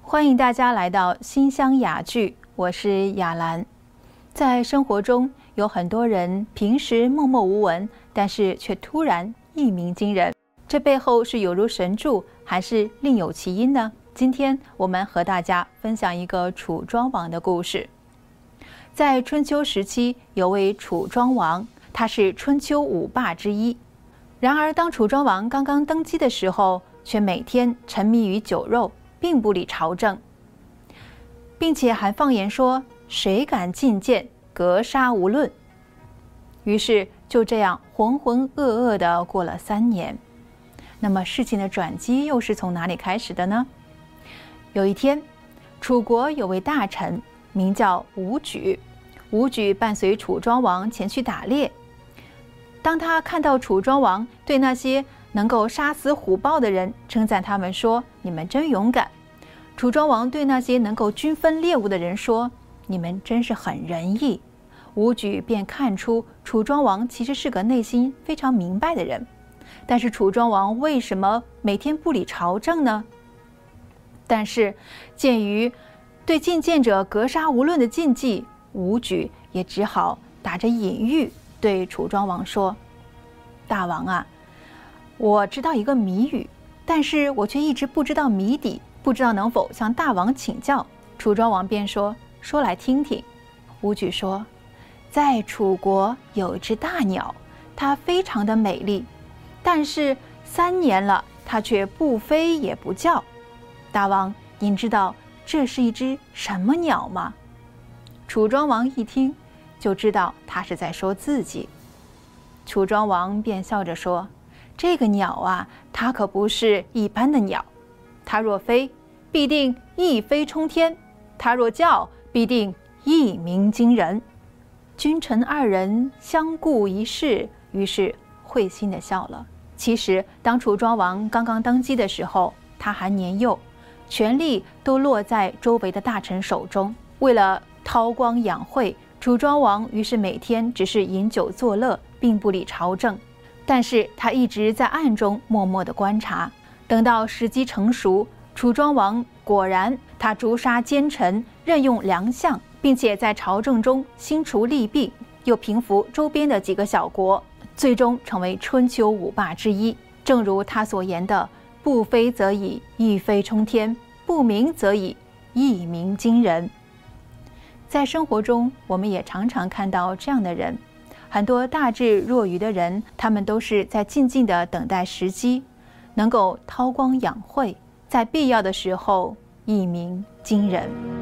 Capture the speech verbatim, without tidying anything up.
欢迎大家来到馨香雅聚，我是雅兰。在生活中，有很多人平时默默无闻，但是却突然一鸣惊人。这背后是有如神助，还是另有其因呢？今天我们和大家分享一个楚庄王的故事。在春秋时期，有位楚庄王，他是春秋五霸之一。然而，当楚庄王刚刚登基的时候，却每天沉迷于酒肉，并不理朝政，并且还放言说谁敢进谏，格杀无论。于是就这样浑浑噩噩地过了三年。那么事情的转机又是从哪里开始的呢？有一天，楚国有位大臣名叫伍举，伍举伴随楚庄王前去打猎。当他看到楚庄王对那些能够杀死虎豹的人称赞他们说：“你们真勇敢。”楚庄王对那些能够均分猎物的人说：“你们真是很仁义。”伍举便看出楚庄王其实是个内心非常明白的人。但是楚庄王为什么每天不理朝政呢？但是鉴于对进谏者格杀无论的禁忌，伍举也只好打着隐喻对楚庄王说：“大王啊，我知道一个谜语，但是我却一直不知道谜底，不知道能否向大王请教。”楚庄王便说：“说来听听。”伍举说：“在楚国有一只大鸟，它非常的美丽，但是三年了，它却不飞也不叫。大王，您知道这是一只什么鸟吗？”楚庄王一听就知道他是在说自己。楚庄王便笑着说：“这个鸟啊，它可不是一般的鸟。它若飞，必定一飞冲天；它若叫，必定一鸣惊人。”君臣二人相顾一视，于是会心地笑了。其实，当楚庄王刚刚登基的时候，他还年幼，权力都落在周围的大臣手中。为了韬光养晦，楚庄王于是每天只是饮酒作乐，并不理朝政。但是他一直在暗中默默地观察。等到时机成熟，楚庄王果然他诛杀奸臣，任用良相，并且在朝政中兴除利弊，又平服周边的几个小国，最终成为春秋五霸之一。正如他所言的：“不飞则已，一飞冲天；不鸣则已，一鸣惊人。”在生活中，我们也常常看到这样的人，很多大智若愚的人，他们都是在静静地等待时机，能够韬光养晦，在必要的时候一鸣惊人。